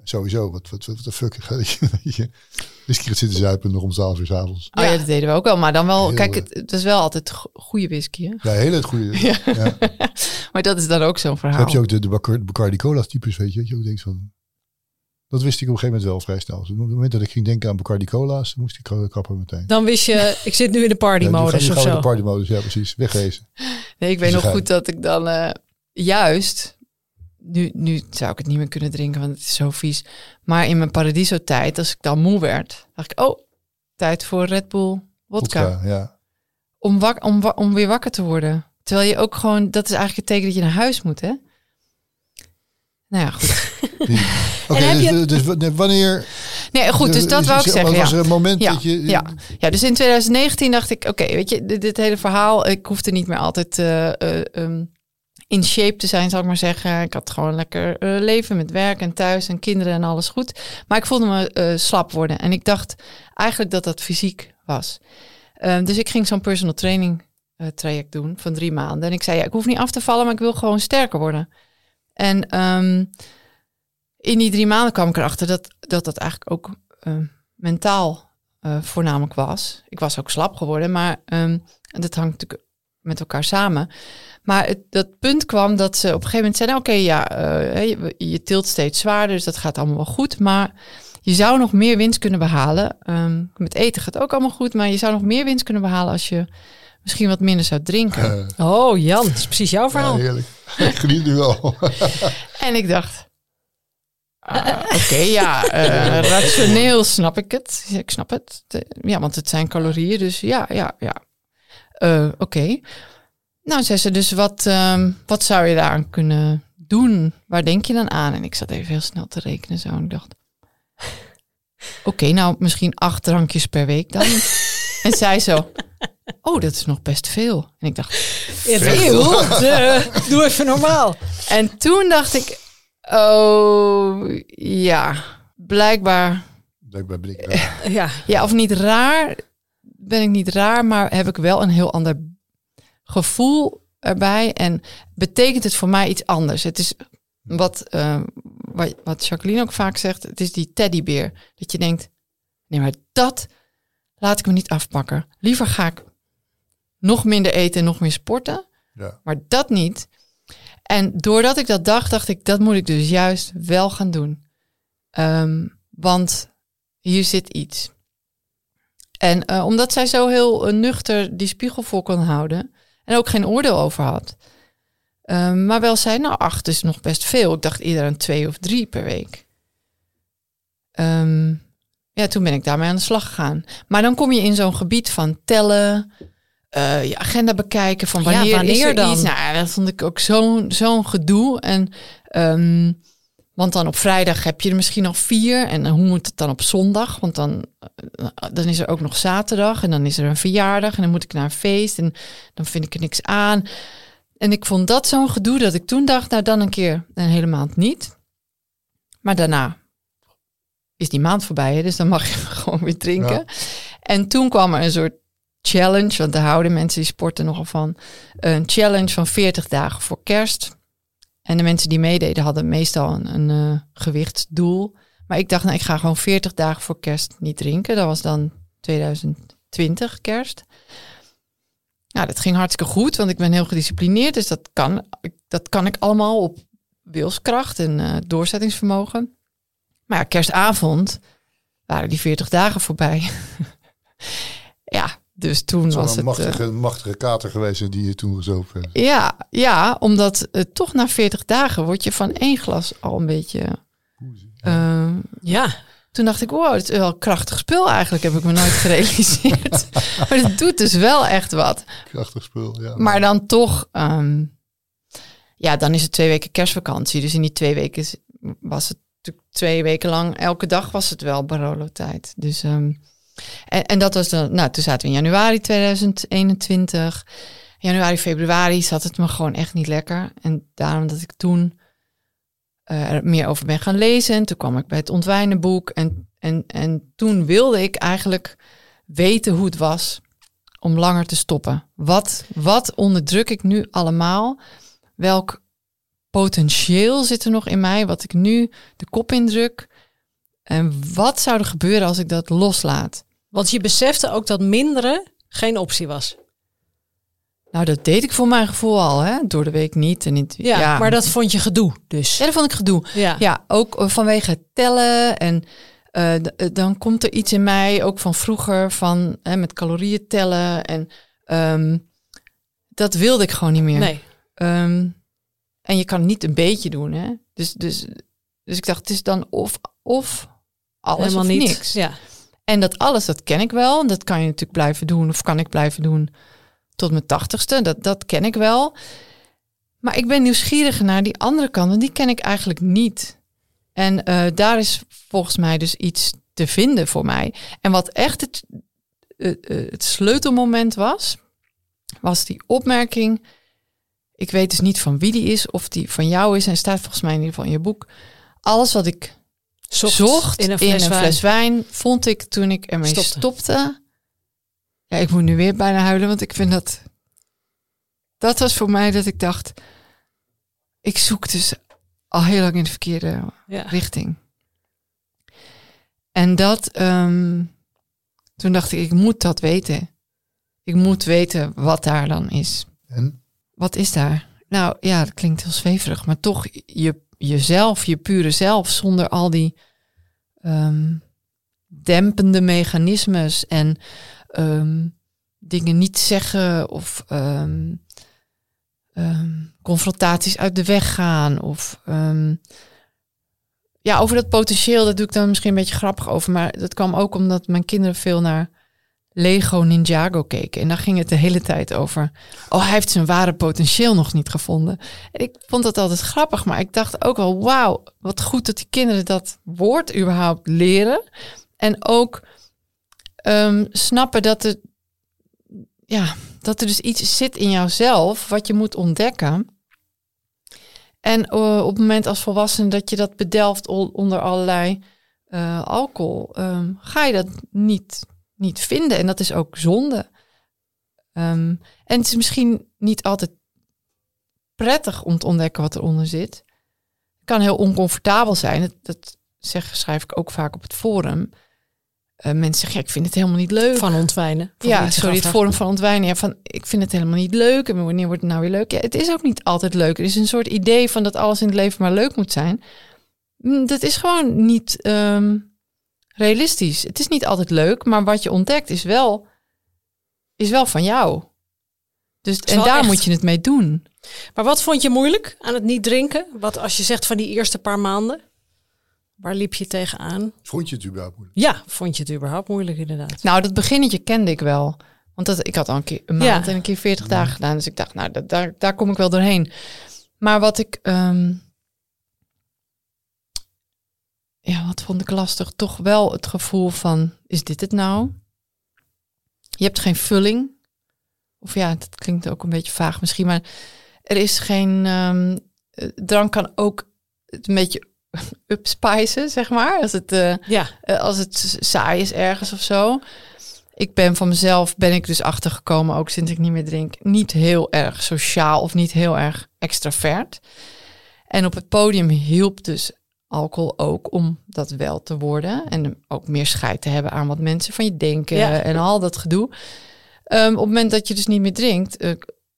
Sowieso, wat wat wat de fuck ga je whisky gaat zitten zuipen nog om twaalf uur 's avonds. Oh ja. ja, dat deden we ook wel. Maar dan wel, Heel, kijk, het, het was wel altijd go- goede whisky, hè? Ja, hele goede. Ja. Ja. Maar dat is dan ook zo'n verhaal. Dan heb je ook de, de Bacar- Bacardi Cola types, weet je. Dat je ook denkt van... Dat wist ik op een gegeven moment wel vrij snel. Dus op het moment dat ik ging denken aan Bacardi Cola's, moest ik kappen meteen. Dan wist je, ik zit nu in de Ja, partymodus die of gaan we zo. in de partymodus, ja precies. Wegwezen. Nee, ik weet Dus nog ga je- goed dat ik dan uh, juist... Nu, nu zou ik het niet meer kunnen drinken, want het is zo vies. Maar in mijn Paradiso-tijd, als ik dan moe werd, dacht ik... Oh, tijd voor Red Bull wodka. Vodka, ja. Om, wak, om, wa- om weer wakker te worden. Terwijl je ook gewoon... Dat is eigenlijk het teken dat je naar huis moet, hè? Nou ja, goed. Die- Oké, En heb dus, je- dus w- wanneer... Nee, goed, dus dat is- wou ik is- zeggen, Was ja. er een moment Ja, dat je... ja. ja, dus in twintig negentien dacht ik, oké, weet je, dit, dit hele verhaal, ik hoefde niet meer altijd uh, uh, um, in shape te zijn, zal ik maar zeggen. Ik had gewoon lekker uh, leven met werk en thuis en kinderen en alles goed. Maar ik voelde me uh, slap worden en ik dacht eigenlijk dat dat fysiek was. Uh, dus ik ging zo'n personal training uh, traject doen van drie maanden. En ik zei, ja, ik hoef niet af te vallen, maar ik wil gewoon sterker worden. En um, in die drie maanden kwam ik erachter dat dat, dat eigenlijk ook uh, mentaal uh, voornamelijk was. Ik was ook slap geworden, maar um, dat hangt natuurlijk met elkaar samen. Maar het, dat punt kwam dat ze op een gegeven moment zeiden... oké, okay, ja, uh, je, je tilt steeds zwaarder, dus dat gaat allemaal wel goed. Maar je zou nog meer winst kunnen behalen. Um, met eten gaat ook allemaal goed, maar je zou nog meer winst kunnen behalen... als je misschien wat minder zou drinken. Uh, Oh, Jan, dat is precies jouw verhaal. ja, heerlijk. Ik geniet nu wel. En ik dacht... Uh, Oké, okay, ja, uh, rationeel snap ik het. Ik snap het. De, ja, want het zijn calorieën, dus ja, ja, ja. Uh, Oké. Okay. Nou, zei ze, dus wat, um, wat zou je daaraan kunnen doen? Waar denk je dan aan? En ik zat even heel snel te rekenen zo. En ik dacht, oké, okay, nou misschien acht drankjes per week dan. En zij zo, oh, dat is nog best veel. En ik dacht, veel? De, doe even normaal. En toen dacht ik, oh, ja, blijkbaar. Blijkbaar ben ik raar. Ja. Ja, of niet raar, ben ik niet raar, maar heb ik wel een heel ander gevoel erbij. En betekent het voor mij iets anders. Het is wat, uh, wat, wat Jacqueline ook vaak zegt, het is die teddybeer. Dat je denkt, nee, maar dat laat ik me niet afpakken. Liever ga ik nog minder eten en nog meer sporten, Ja. maar dat niet. En doordat ik dat dacht, dacht ik, dat moet ik dus juist wel gaan doen. Um, want hier zit iets. En uh, omdat zij zo heel uh, nuchter die spiegel voor kon houden en ook geen oordeel over had. Um, maar wel zei, nou acht is nog best veel. Ik dacht eerder aan twee of drie per week. Um, ja, toen ben ik daarmee aan de slag gegaan. Maar dan kom je in zo'n gebied van tellen, uh, je agenda bekijken, van wanneer, ja, wanneer is er dan? iets. Nou, dat vond ik ook zo'n zo'n gedoe. En um, want dan op vrijdag heb je er misschien nog vier. En hoe moet het dan op zondag? Want dan, dan is er ook nog zaterdag. En dan is er een verjaardag. En dan moet ik naar een feest. En dan vind ik er niks aan. En ik vond dat zo'n gedoe dat ik toen dacht, nou dan een keer een hele maand niet. Maar daarna is die maand voorbij. Hè? Dus dan mag je gewoon weer drinken. Ja. En toen kwam er een soort challenge. Want daar houden mensen die sporten nogal van. Een challenge van veertig dagen voor kerst. En de mensen die meededen hadden meestal een, een uh, gewichtsdoel. Maar ik dacht, nou, ik ga gewoon veertig dagen voor kerst niet drinken. Dat was dan twintig twintig kerst. Nou, dat ging hartstikke goed, want ik ben heel gedisciplineerd. Dus dat kan, dat kan ik allemaal op wilskracht en uh, doorzettingsvermogen. Maar ja, kerstavond waren die veertig dagen voorbij. Ja, dus toen Zo'n was het... machtige, uh, machtige kater geweest die je toen gezopen hebt. Ja, ja, omdat uh, toch na veertig dagen word je van één glas al een beetje... Uh, ja. Toen dacht ik, wow, het is wel een krachtig spul eigenlijk. Heb ik me nooit gerealiseerd. Maar het doet dus wel echt wat. Krachtig spul, ja. Maar dan toch... Um, ja, dan is het twee weken kerstvakantie. Dus in die twee weken was het natuurlijk twee weken lang... Elke dag was het wel Barolo-tijd. Dus... Um, En, en dat was dan, nou, toen zaten we in januari tweeduizend eenentwintig. Januari, februari zat het me gewoon echt niet lekker. En daarom dat ik toen uh, er meer over ben gaan lezen. En toen kwam ik bij het Ontwijnenboek. En, en, en toen wilde ik eigenlijk weten hoe het was om langer te stoppen. Wat, wat onderdruk ik nu allemaal? Welk potentieel zit er nog in mij? Wat ik nu de kop indruk? En wat zou er gebeuren als ik dat loslaat? Want je besefte ook dat minderen geen optie was. Nou, dat deed ik voor mijn gevoel al, hè? Door de week niet. En niet Ja, ja, maar dat vond je gedoe dus. Ja, dat vond ik gedoe. Ja. Ja, ook vanwege het tellen. En uh, d- dan komt er iets in mij, ook van vroeger, van hè, met calorieën tellen. En um, dat wilde ik gewoon niet meer. Nee. Um, en je kan niet een beetje doen, hè? Dus, dus, dus ik dacht, het is dan of, of alles Helemaal of niet. niks. Ja. En dat alles, dat ken ik wel. Dat kan je natuurlijk blijven doen, of kan ik blijven doen tot mijn tachtigste. Dat, dat ken ik wel. Maar ik ben nieuwsgierig naar die andere kant, want die ken ik eigenlijk niet. En uh, daar is volgens mij dus iets te vinden voor mij. En wat echt het, uh, uh, het sleutelmoment was, was die opmerking. Ik weet dus niet van wie die is, of die van jou is. En staat volgens mij in ieder geval in je boek. Alles wat ik zocht, zocht in een fles, in een fles wijn. wijn, vond ik toen ik ermee stopte. stopte. Ja, ik moet nu weer bijna huilen, want ik vind dat... Dat was voor mij dat ik dacht... Ik zoek dus al heel lang in de verkeerde ja. richting. En dat... Um, toen dacht ik, ik moet dat weten. Ik moet weten wat daar dan is. En? Wat is daar? Nou ja, dat klinkt heel zweverig, maar toch je, jezelf, je pure zelf, zonder al die um, dempende mechanismes en um, dingen niet zeggen of um, um, confrontaties uit de weg gaan. Of um, ja, over dat potentieel, dat doe ik dan misschien een beetje grappig over, maar dat kwam ook omdat mijn kinderen veel naar Lego Ninjago keken. En daar ging het de hele tijd over. Oh, hij heeft zijn ware potentieel nog niet gevonden. En ik vond dat altijd grappig. Maar ik dacht ook wel, wauw, wat goed dat die kinderen dat woord überhaupt leren. En ook um, snappen dat er, ja, dat er dus iets zit in jouzelf wat je moet ontdekken. En uh, op het moment als volwassene dat je dat bedelft onder allerlei uh, alcohol, um, ga je dat niet niet vinden. En dat is ook zonde. Um, en het is misschien niet altijd prettig om te ontdekken wat eronder zit. Het kan heel oncomfortabel zijn. Dat, dat zeg, schrijf ik ook vaak op het forum. Uh, mensen zeggen, ja, ik vind het helemaal niet leuk. Van ontwijnen. Van ja, sorry, het forum van ontwijnen. Ja, van, ik vind het helemaal niet leuk. En wanneer wordt het nou weer leuk? Ja, het is ook niet altijd leuk. Er is een soort idee van dat alles in het leven maar leuk moet zijn. Dat is gewoon niet... Um, realistisch. Het is niet altijd leuk, maar wat je ontdekt is wel, is wel van jou. Dus en daar echt... moet je het mee doen. Maar wat vond je moeilijk aan het niet drinken? Wat als je zegt van die eerste paar maanden? Waar liep je tegenaan? Vond je het überhaupt moeilijk? Ja, vond je het überhaupt moeilijk inderdaad. Nou, dat beginnetje kende ik wel. Want dat, ik had al een keer een maand ja. en een keer veertig ja. dagen gedaan. Dus ik dacht, nou, dat, daar, daar kom ik wel doorheen. Maar wat ik... Um, Ja, wat vond ik lastig? Toch wel het gevoel van, is dit het nou? Je hebt geen vulling. Of ja, dat klinkt ook een beetje vaag misschien, maar er is geen... Um, drank kan ook het een beetje upspicen, zeg maar. Als het, uh, ja. uh, als het saai is ergens of zo. Ik ben van mezelf, ben ik dus achtergekomen, ook sinds ik niet meer drink, niet heel erg sociaal of niet heel erg extravert. En op het podium hielp dus alcohol ook om dat wel te worden. En ook meer scheid te hebben aan wat mensen van je denken. Ja. En al dat gedoe. Um, op het moment dat je dus niet meer drinkt, uh,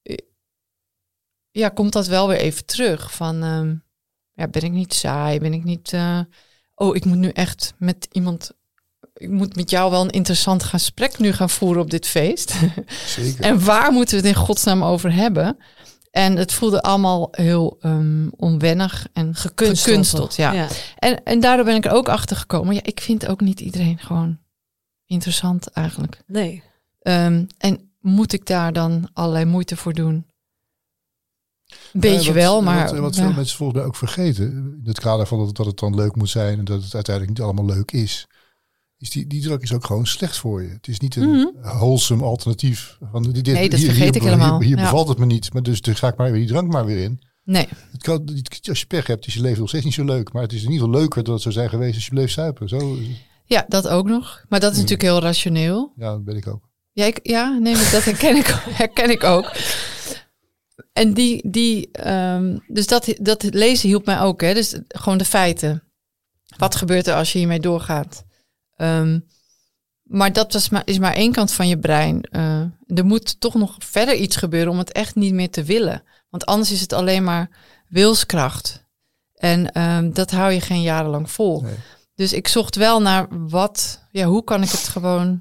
ja, komt dat wel weer even terug. Van, um, ja, ben ik niet saai? Ben ik niet... Uh, oh, ik moet nu echt met iemand... Ik moet met jou wel een interessant gesprek nu gaan voeren op dit feest. Zeker. En waar moeten we het in godsnaam over hebben? En het voelde allemaal heel um, onwennig en gekunsteld. gekunsteld ja. ja. En, en daardoor ben ik er ook achter gekomen. Ja, ik vind ook niet iedereen gewoon interessant eigenlijk. Nee. Um, en moet ik daar dan allerlei moeite voor doen? Een beetje ja, wat, wel, maar... Wat, wat ja. veel mensen volgens mij ook vergeten, in het kader van dat, dat het dan leuk moet zijn en dat het uiteindelijk niet allemaal leuk is, is die, die drank is ook gewoon slecht voor je. Het is niet een mm-hmm. wholesome alternatief. Van, dit, nee, dat hier, vergeet hier, ik helemaal. Hier, hier ja. bevalt het me niet, maar dus, dus ga ik maar weer die drank maar weer in. Nee. Het kan, als je pech hebt, is je leven nog steeds niet zo leuk, maar het is in ieder geval leuker dan het zou zijn geweest als je bleef suipen. Zo. Ja, dat ook nog. Maar dat is mm. natuurlijk heel rationeel. Ja, dat ben ik ook. Ja, ik, ja nee, maar dat herken ik, herken ik ook. En die, die um, dus dat, dat lezen hielp mij ook, hè. Dus gewoon de feiten. Wat gebeurt er als je hiermee doorgaat? Um, maar dat was maar, is maar één kant van je brein. Uh, er moet toch nog verder iets gebeuren om het echt niet meer te willen. Want anders is het alleen maar wilskracht. En um, dat hou je geen jarenlang vol. Nee. Dus ik zocht wel naar wat... Ja, hoe kan ik het gewoon...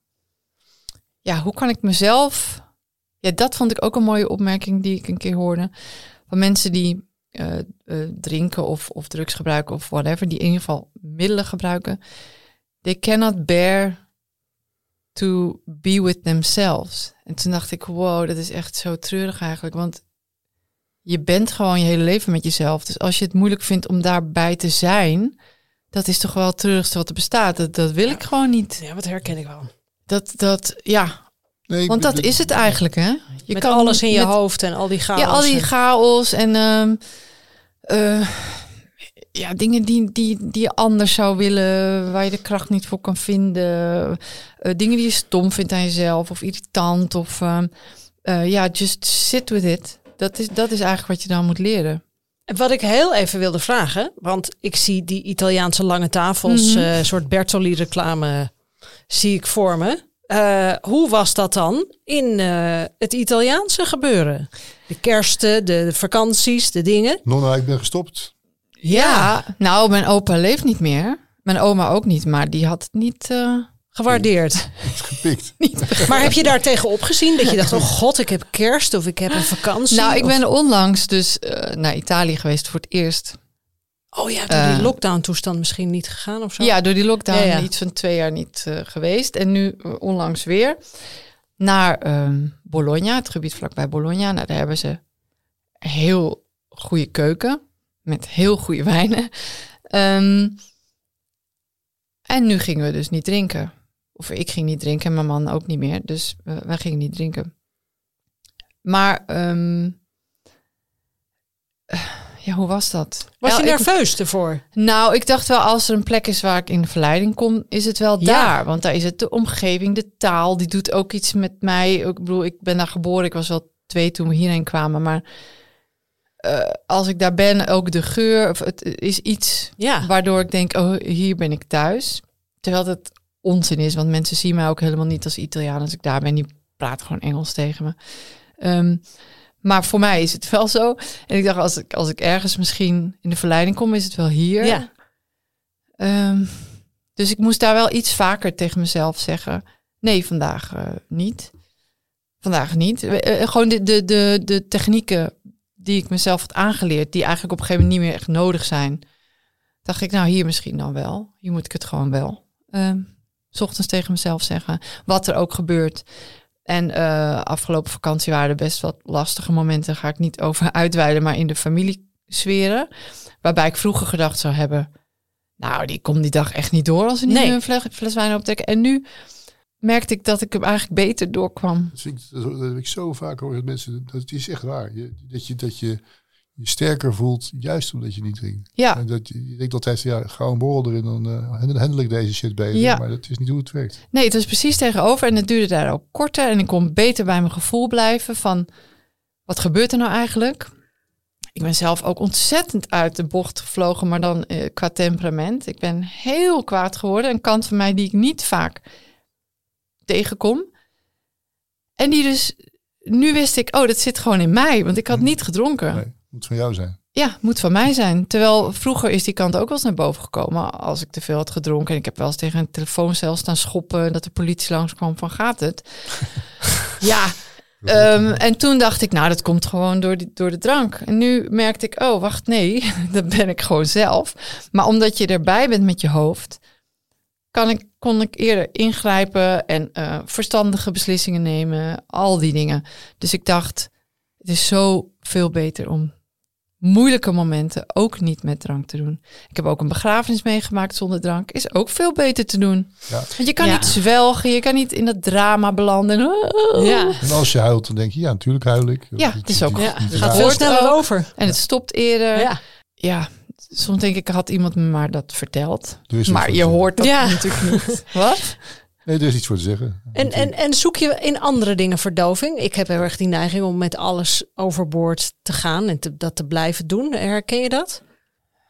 Ja, hoe kan ik mezelf... Ja, dat vond ik ook een mooie opmerking die ik een keer hoorde. Van mensen die uh, uh, drinken of, of drugs gebruiken of whatever. Die in ieder geval middelen gebruiken. They cannot bear to be with themselves. En toen dacht ik, wow, dat is echt zo treurig eigenlijk. Want je bent gewoon je hele leven met jezelf. Dus als je het moeilijk vindt om daarbij te zijn... dat is toch wel het treurigste wat er bestaat. Dat, dat wil ja. ik gewoon niet. Ja, wat herken ik wel. Dat, dat ja... Nee, want dat is het eigenlijk, hè? Je met kan alles in je met, hoofd en al die chaos. Ja, al die chaos en um, uh, ja, dingen die, die, die je anders zou willen, waar je de kracht niet voor kan vinden. Uh, dingen die je stom vindt aan jezelf of irritant. Of uh, uh, ja, just sit with it. Dat is, dat is eigenlijk wat je dan moet leren. En wat ik heel even wilde vragen, want ik zie die Italiaanse lange tafels, mm-hmm. uh, soort Bertolli-reclame, zie ik voor me. Uh, hoe was dat dan in uh, het Italiaanse gebeuren? De kersten, de, de vakanties, de dingen? Nonna, ik ben gestopt. Ja, ja, nou, mijn opa leeft niet meer. Mijn oma ook niet, maar die had het niet uh, gewaardeerd. Niet gepikt. niet. Maar heb je daar tegenop gezien dat je dacht, oh god, ik heb kerst of ik heb een vakantie? Nou, ik of... ben onlangs dus uh, naar Italië geweest voor het eerst. Oh ja, door die uh, lockdown-toestand misschien niet gegaan of zo? Ja, door die lockdown ja, ja. iets van twee jaar niet uh, geweest. En nu uh, onlangs weer naar um, Bologna, het gebied vlakbij Bologna. Nou, daar hebben ze een heel goede keuken met heel goede wijnen. Um, en nu gingen we dus niet drinken. Of ik ging niet drinken en mijn man ook niet meer. Dus uh, wij gingen niet drinken. Maar... Um, uh, Ja, hoe was dat? Was je ja, nerveus ik, ervoor? Nou, ik dacht wel, als er een plek is waar ik in de verleiding kom, is het wel ja. daar. Want daar is het de omgeving, de taal, die doet ook iets met mij. Ik bedoel, ik ben daar geboren, ik was wel twee toen we hierheen kwamen. Maar uh, als ik daar ben, ook de geur, of het is iets ja. waardoor ik denk, oh, hier ben ik thuis. Terwijl het onzin is, want mensen zien mij ook helemaal niet als Italiaan als ik daar ben. Die praten gewoon Engels tegen me. Um, Maar voor mij is het wel zo. En ik dacht, als ik, als ik ergens misschien in de verleiding kom, is het wel hier. Ja. Um, dus ik moest daar wel iets vaker tegen mezelf zeggen. Nee, vandaag uh, niet. Vandaag niet. Uh, gewoon de, de, de, de technieken die ik mezelf had aangeleerd, die eigenlijk op een gegeven moment niet meer echt nodig zijn. Dacht ik, nou hier misschien dan wel. Hier moet ik het gewoon wel. Uh, 's ochtends tegen mezelf zeggen. Wat er ook gebeurt. En uh, afgelopen vakantie waren er best wat lastige momenten. Daar ga ik niet over uitweiden, maar in de familiesferen. Waarbij ik vroeger gedacht zou hebben, nou, die komt die dag echt niet door als ze niet nee. een fles, fles wijn optrekken. En nu merkte ik dat ik hem eigenlijk beter doorkwam. Dat, vind ik, dat heb ik zo vaak hoor. Dat mensen, dat is echt waar. Je, dat, je, dat je je sterker voelt, juist omdat je niet drinkt. Ja. En dat, je denkt altijd, ja, gauw een borrel erin, dan uh, handel ik deze shit beter. Ja. Maar dat is niet hoe het werkt. Nee, het was precies tegenover. En het duurde daar ook korter. En ik kon beter bij mijn gevoel blijven van, wat gebeurt er nou eigenlijk? Ik ben zelf ook ontzettend uit de bocht gevlogen, maar dan uh, qua temperament. Ik ben heel kwaad geworden. Een kant van mij die ik niet vaak tegenkom. En die dus, nu wist ik, oh, dat zit gewoon in mij. Want ik had niet gedronken. Nee. Moet van jou zijn. Ja, moet van mij zijn. Terwijl vroeger is die kant ook wel eens naar boven gekomen. Als ik te veel had gedronken. En ik heb wel eens tegen een telefooncel staan schoppen. Dat de politie langskwam van, gaat het? ja. Um, en toen dacht ik, nou, dat komt gewoon door, die, door de drank. En nu merkte ik, oh, wacht, nee. Dat ben ik gewoon zelf. Maar omdat je erbij bent met je hoofd, kan ik, kon ik eerder ingrijpen en uh, verstandige beslissingen nemen. Al die dingen. Dus ik dacht, het is zo veel beter om moeilijke momenten ook niet met drank te doen. Ik heb ook een begrafenis meegemaakt zonder drank. Is ook veel beter te doen. Ja. Want je kan ja. niet zwelgen, je kan niet in dat drama belanden. Oh. Ja. En als je huilt, dan denk je, ja, natuurlijk huil ik. Ja, het is ook ja. Het gaat veel sneller over. En ja. het stopt eerder. Ja. ja, soms denk ik, had iemand me maar dat verteld. Maar je hoort dat ja. natuurlijk niet. Wat? Nee, er is iets voor te zeggen. En, en, en zoek je in andere dingen verdoving? Ik heb heel erg die neiging om met alles overboord te gaan en te, dat te blijven doen. Herken je dat?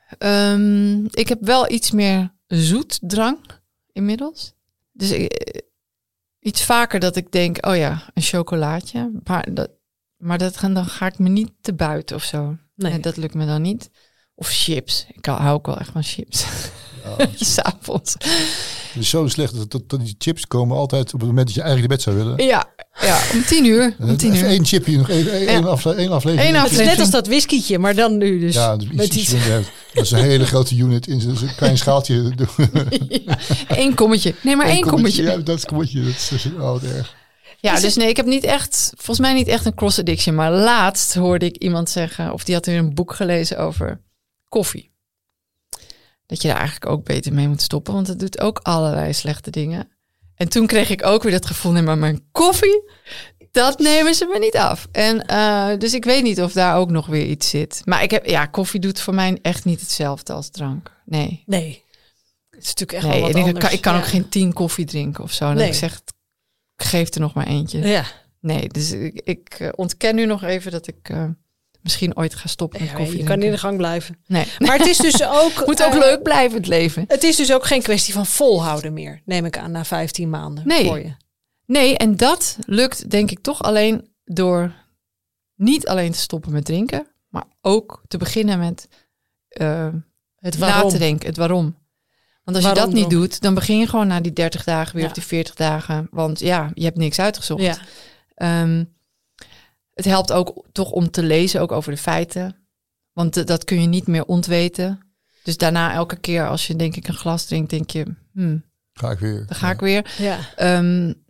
Um, ik heb wel iets meer zoetdrang inmiddels. Dus ik, iets vaker dat ik denk, oh ja, een chocolaatje. Maar, dat, maar dat, dan ga ik me niet te buiten of zo. Nee. Nee, dat lukt me dan niet. Of chips. Ik hou ook wel echt van chips. Ja, S'avonds. het is zo slecht dat, dat, dat die chips komen altijd op het moment dat je eigenlijk naar bed zou willen. Ja, ja, om tien uur. Om tien Even uur. één chipje, nog één, één, Ja. één, afle- één aflevering. Eén Het is aflevering. net als dat whiskietje, maar dan nu dus. Ja, dus met iets, iets iets. minder. Dat is een hele grote unit in zo'n zo'n klein schaaltje. Ja, Eén kommetje. Nee, maar één kommetje. Ja, dat kommetje. Dat is oh, wat erg. Ja, dus nee, ik heb niet echt, volgens mij niet echt een cross-addiction. Maar laatst hoorde ik iemand zeggen, of die had in een boek gelezen over koffie. Dat je daar eigenlijk ook beter mee moet stoppen, want het doet ook allerlei slechte dingen. En toen kreeg ik ook weer dat gevoel, nee, maar mijn koffie, dat nemen ze me niet af. En uh, dus ik weet niet of daar ook nog weer iets zit. Maar ik heb, ja, koffie doet voor mij echt niet hetzelfde als drank. Nee. Nee. Het is natuurlijk echt Nee, wel wat en ik, anders. kan, ik kan Ja. ook geen tien koffie drinken of zo. Dan Nee. heb ik zeg, ik geef er nog maar eentje. Ja. Nee, dus ik, ik uh, ontken nu nog even dat ik uh, misschien ooit ga stoppen met Ja, koffie je drinken. kan in de gang blijven. Nee, Maar het is dus ook... moet ook eh, leuk blijven het leven. Het is dus ook geen kwestie van volhouden meer, neem ik aan, na vijftien maanden Nee. voor je. Nee, en dat lukt denk ik toch alleen door niet alleen te stoppen met drinken, maar ook te beginnen met uh, Het na waarom. te denken, het waarom. Want als Waarom je dat niet dan? doet, dan begin je gewoon na die dertig dagen weer Ja. of die veertig dagen. Want ja, je hebt niks uitgezocht. Ja. Um, het helpt ook toch om te lezen, ook over de feiten. Want uh, dat kun je niet meer ontweten. Dus daarna elke keer als je denk ik een glas drinkt, denk je, hmm, Ga ik weer. dan ga Ja. ik weer. Ja. Um,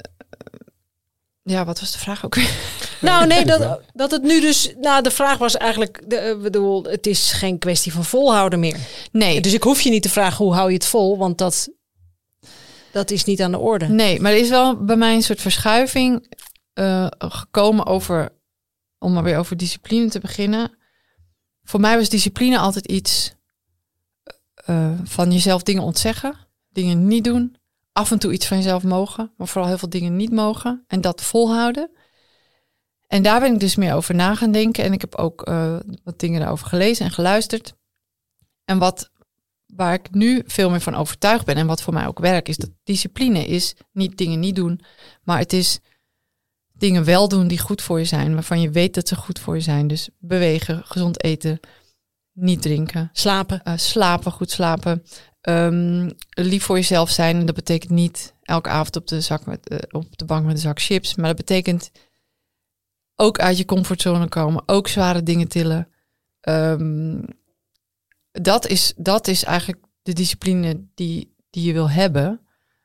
ja, wat was de vraag ook weer? Nou nee, dat, dat het nu dus... Nou, de vraag was eigenlijk... De, ik bedoel, het is geen kwestie van volhouden meer. Nee, Dus ik hoef je niet te vragen hoe hou je het vol, want dat, dat is niet aan de orde. nee, maar er is wel bij mij een soort verschuiving uh, gekomen over, om maar weer over discipline te beginnen. Voor mij was discipline altijd iets uh, van jezelf dingen ontzeggen, dingen niet doen, af en toe iets van jezelf mogen, maar vooral heel veel dingen niet mogen en dat volhouden. En daar ben ik dus meer over na gaan denken en ik heb ook uh, wat dingen daarover gelezen en geluisterd. En wat waar ik nu veel meer van overtuigd ben en wat voor mij ook werkt, is dat discipline is niet dingen niet doen, maar het is dingen wel doen die goed voor je zijn, waarvan je weet dat ze goed voor je zijn. Dus bewegen, gezond eten, niet drinken, Slapen. uh, slapen, goed slapen, um, lief voor jezelf zijn. En dat betekent niet elke avond op de, zak met, uh, op de bank met een zak chips, maar dat betekent ook uit je comfortzone komen, ook zware dingen tillen. Um, dat, is, dat is eigenlijk de discipline die, die je wil hebben,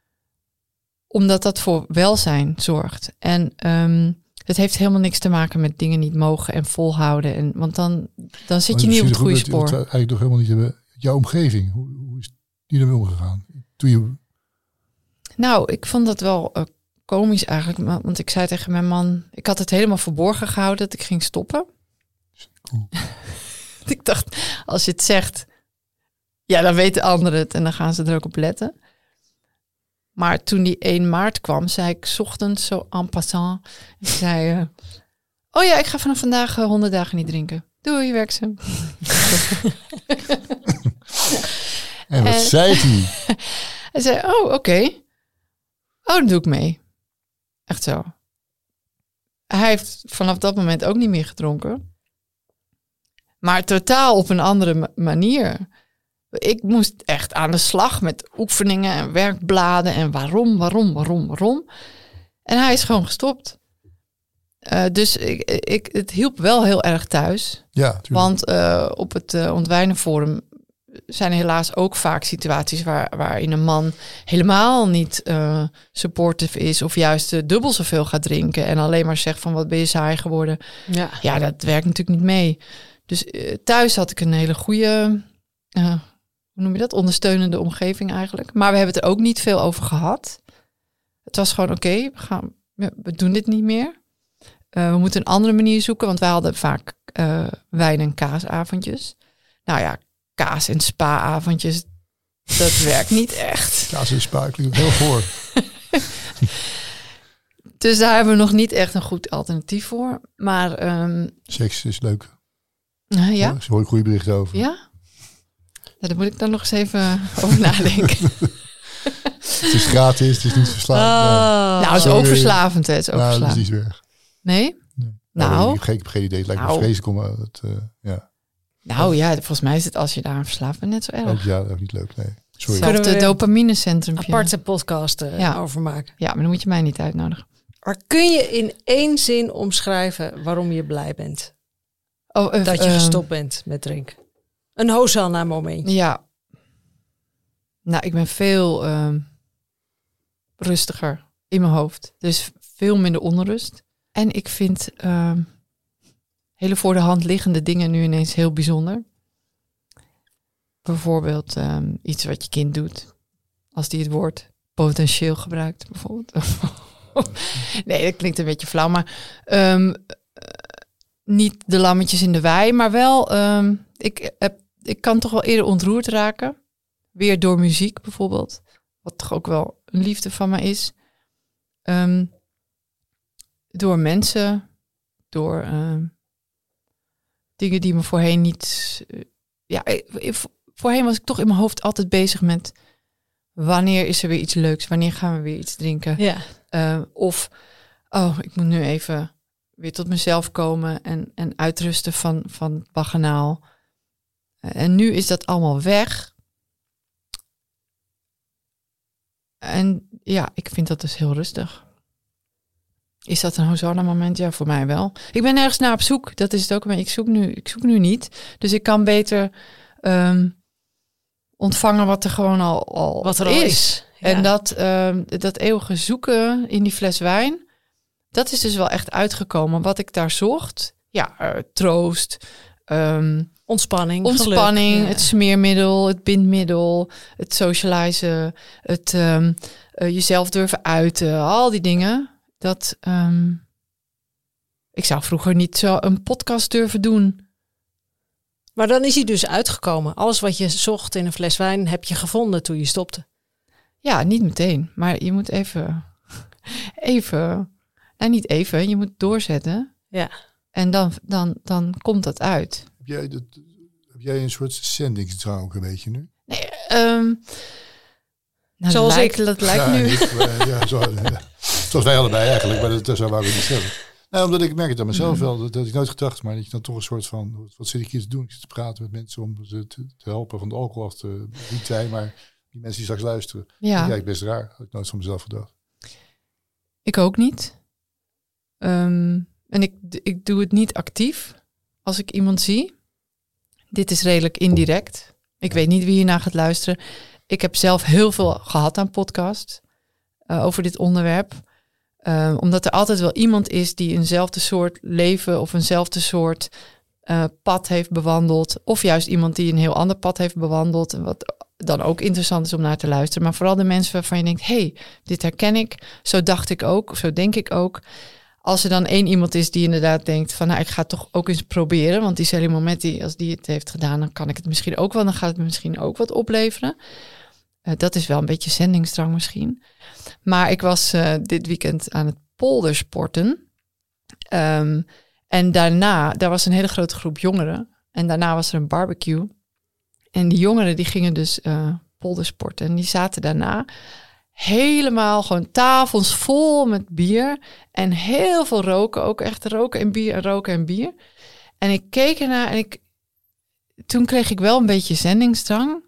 omdat dat voor welzijn zorgt. En um, het heeft helemaal niks te maken met dingen niet mogen en volhouden. En, want dan, dan zit je niet op het goede spoor. Dat eigenlijk toch helemaal niet hebben. Jouw omgeving, hoe, hoe is die ermee omgegaan? Toen je... Nou, ik vond dat wel uh, komisch eigenlijk. Want ik zei tegen mijn man, ik had het helemaal verborgen gehouden dat ik ging stoppen. Cool. Ik dacht, als je het zegt, ja, dan weten anderen het en dan gaan ze er ook op letten. Maar toen die één maart kwam, zei ik 's ochtends zo en passant. Ik zei, uh, oh ja, ik ga vanaf vandaag uh, honderd dagen niet drinken. Doei, werkzaam. En wat En- zei hij? Hij zei, oh, oké. Okay. Oh, dan doe ik mee. Echt zo. Hij heeft vanaf dat moment ook niet meer gedronken. Maar totaal op een andere ma- manier. Ik moest echt aan de slag met oefeningen en werkbladen. En waarom, waarom, waarom, waarom. En hij is gewoon gestopt. Uh, dus ik, ik, het hielp wel heel erg thuis. Ja, tuurlijk. Want uh, op het uh, Ontwijnenforum zijn er helaas ook vaak situaties waar, waarin een man helemaal niet uh, supportive is of juist uh, dubbel zoveel gaat drinken en alleen maar zegt van wat ben je saai geworden. Ja. Ja, dat werkt natuurlijk niet mee. Dus uh, thuis had ik een hele goede, uh, hoe noem je dat, ondersteunende omgeving eigenlijk. Maar we hebben het er ook niet veel over gehad. Het was gewoon oké, okay, we gaan, we doen dit niet meer. Uh, we moeten een andere manier zoeken, want wij hadden vaak uh, wijn- en kaasavondjes. Nou ja, kaas- en spa-avondjes, dat werkt niet echt. Kaas en spa klinkt heel goor. Dus daar hebben we nog niet echt een goed alternatief voor. Maar um, Seks is leuk. uh, ja, Daar hoor ik goede berichten over. ja. daar moet ik dan nog eens even over nadenken. Het is gratis, het is niet verslavend. Oh. Nou, het is ook verslavend, hè. Het is ook Nou, dat is verslavend. iets weg. Nee? Nee. Nou. Ik heb geen, ik heb geen idee. Het lijkt Nou. me vreselijk om uh, het... Uh, ja. Nou ja, volgens mij is het als je daar aan verslaafd bent net zo erg. Ook, ja, ook niet leuk, nee. Sorry. Kunnen Hetzelfde we dopaminecentrum. Aparte podcast uh, Ja. over maken. Ja, maar dan moet je mij niet uitnodigen. Maar kun je in één zin omschrijven waarom je blij bent? Oh, uh, Dat je uh, gestopt bent met drinken. Een Hosanna momentje. Ja. Nou, ik ben veel uh, rustiger in mijn hoofd. Dus veel minder onrust. En ik vind uh, hele voor de hand liggende dingen nu ineens heel bijzonder. Bijvoorbeeld um, iets wat je kind doet. Als die het woord potentieel gebruikt, bijvoorbeeld. Nee, dat klinkt een beetje flauw. Maar um, uh, niet de lammetjes in de wei. Maar wel, um, ik, heb, ik kan toch wel eerder ontroerd raken. Weer door muziek bijvoorbeeld. Wat toch ook wel een liefde van me is. Um, door mensen. Door um, dingen die me voorheen niet... Uh, ja, voorheen was ik toch in mijn hoofd altijd bezig met... wanneer is er weer iets leuks? Wanneer gaan we weer iets drinken? Ja. Uh, of, oh, ik moet nu even weer tot mezelf komen... en, en uitrusten van, van het baganaal. Uh, en nu is dat allemaal weg... En ja, ik vind dat dus heel rustig. Is dat een Hosanna moment? Ja, voor mij wel. Ik ben ergens naar op zoek. Dat is het ook. Maar ik zoek nu, ik zoek nu niet. Dus ik kan beter um, ontvangen wat er gewoon al, al wat er is. al is. Ja. En dat, um, dat eeuwige zoeken in die fles wijn, dat is dus wel echt uitgekomen. Wat ik daar zocht, ja, uh, troost, um, ontspanning, ontspanning, geluk, ja. Het smeermiddel, het bindmiddel, het socializen, het um, uh, jezelf durven uiten, al die dingen. Dat um, ik zou vroeger niet zo een podcast durven doen. Maar dan is hij dus uitgekomen. Alles wat je zocht in een fles wijn heb je gevonden toen je stopte. Ja, niet meteen, maar je moet even, even, nou niet even, je moet doorzetten. Ja. En dan, dan, dan komt dat uit. Heb jij, dat, heb jij een soort zendingsdrang ook een beetje nu? Nee, um, nou, Zoals dat lijkt, ik. dat lijkt ja, nu. Ik, uh, ja, zo, ja. Zoals wij allebei eigenlijk, maar dat, dat zou ik niet zeggen. Nou, omdat ik merk het aan mezelf mm. wel, dat, dat ik nooit gedacht, maar dat je dan toch een soort van, wat zit ik hier te doen? Ik zit te praten met mensen om ze te, te helpen van de alcohol af te, niet wij, maar die mensen die straks luisteren. Ja. Dat is best raar, dat had ik nooit van mezelf gedacht. Ik ook niet. Um, en ik, ik doe het niet actief als ik iemand zie. Dit is redelijk indirect. Ik weet niet wie hiernaar gaat luisteren. Ik heb zelf heel veel gehad aan podcasts uh, over dit onderwerp. Uh, omdat er altijd wel iemand is die eenzelfde soort leven of eenzelfde soort uh, pad heeft bewandeld. Of juist iemand die een heel ander pad heeft bewandeld. Wat dan ook interessant is om naar te luisteren. Maar vooral de mensen waarvan je denkt, hé, hey, dit herken ik. Zo dacht ik ook, zo denk ik ook. Als er dan één iemand is die inderdaad denkt van, nou, ik ga het toch ook eens proberen. Want die Sally Mometti, als die het heeft gedaan, dan kan ik het misschien ook wel. Dan gaat het misschien ook wat opleveren. Uh, dat is wel een beetje zendingsdrang misschien. Maar ik was uh, dit weekend aan het poldersporten. Um, en daarna, daar was een hele grote groep jongeren. En daarna was er een barbecue. En die jongeren die gingen dus uh, poldersporten. En die zaten daarna helemaal gewoon tafels vol met bier. En heel veel roken. Ook echt roken en bier en roken en bier. En ik keek ernaar en ik, toen kreeg ik wel een beetje zendingsdrang.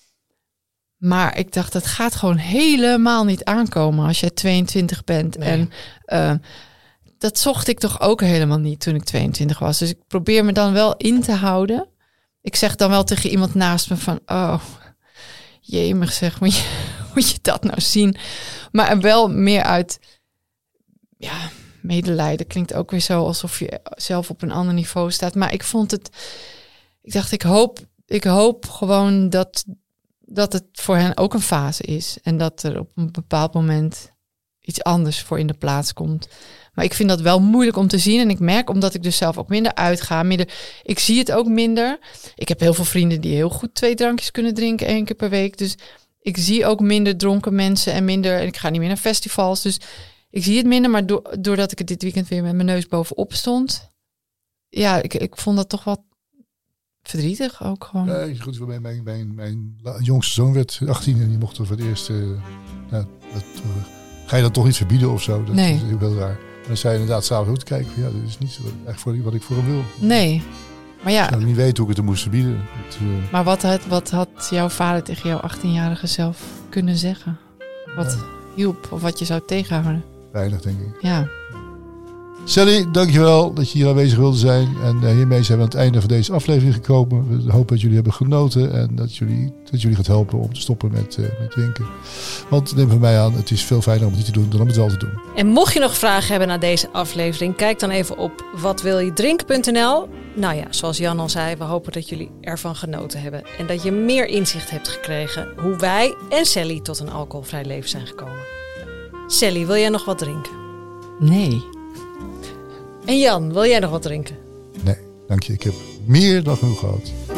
Maar ik dacht, dat gaat gewoon helemaal niet aankomen als jij tweeëntwintig bent. Nee. En uh, dat zocht ik toch ook helemaal niet toen ik tweeëntwintig was. Dus ik probeer me dan wel in te houden. Ik zeg dan wel tegen iemand naast me van, oh, jemig zeg, moet je, moet je dat nou zien? Maar wel meer uit, ja, medelijden. Klinkt ook weer zo alsof je zelf op een ander niveau staat. Maar ik vond het, ik dacht, ik hoop, ik hoop gewoon dat... dat het voor hen ook een fase is. En dat er op een bepaald moment iets anders voor in de plaats komt. Maar ik vind dat wel moeilijk om te zien. En ik merk, omdat ik dus zelf ook minder uitga. Minder, ik zie het ook minder. Ik heb heel veel vrienden die heel goed twee drankjes kunnen drinken één keer per week. Dus ik zie ook minder dronken mensen en minder... En ik ga niet meer naar festivals. Dus ik zie het minder. Maar do- doordat ik het dit weekend weer met mijn neus bovenop stond... Ja, ik, ik vond dat toch wat verdrietig ook gewoon. Nee, goed, mijn, mijn, mijn, mijn jongste zoon werd achttien en die mocht er voor het eerst... Uh, nou, dat, uh, ga je dat toch niet verbieden of zo? Dat nee. is heel raar. En dan zei je inderdaad s'avonds ook te kijken van ja, dit is niet echt voor wat ik voor hem wil. Nee, maar ja. Ik zou niet weten hoe ik het hem moest verbieden. Het, uh, maar wat had, wat had jouw vader tegen jouw achttienjarige zelf kunnen zeggen? Wat ja. hielp of wat je zou tegenhouden? Weinig, denk ik. Ja. Sally, dankjewel dat je hier aanwezig wilde zijn. En uh, hiermee zijn we aan het einde van deze aflevering gekomen. We hopen dat jullie hebben genoten en dat jullie, dat jullie gaat helpen om te stoppen met, uh, met drinken. Want neem van mij aan, het is veel fijner om het niet te doen dan om het wel te doen. En mocht je nog vragen hebben naar deze aflevering, kijk dan even op watwiljedrinken punt n l. Nou ja, zoals Jan al zei, we hopen dat jullie ervan genoten hebben. En dat je meer inzicht hebt gekregen hoe wij en Sally tot een alcoholvrij leven zijn gekomen. Sally, wil jij nog wat drinken? Nee. En Jan, wil jij nog wat drinken? Nee, dank je. Ik heb meer dan genoeg gehad.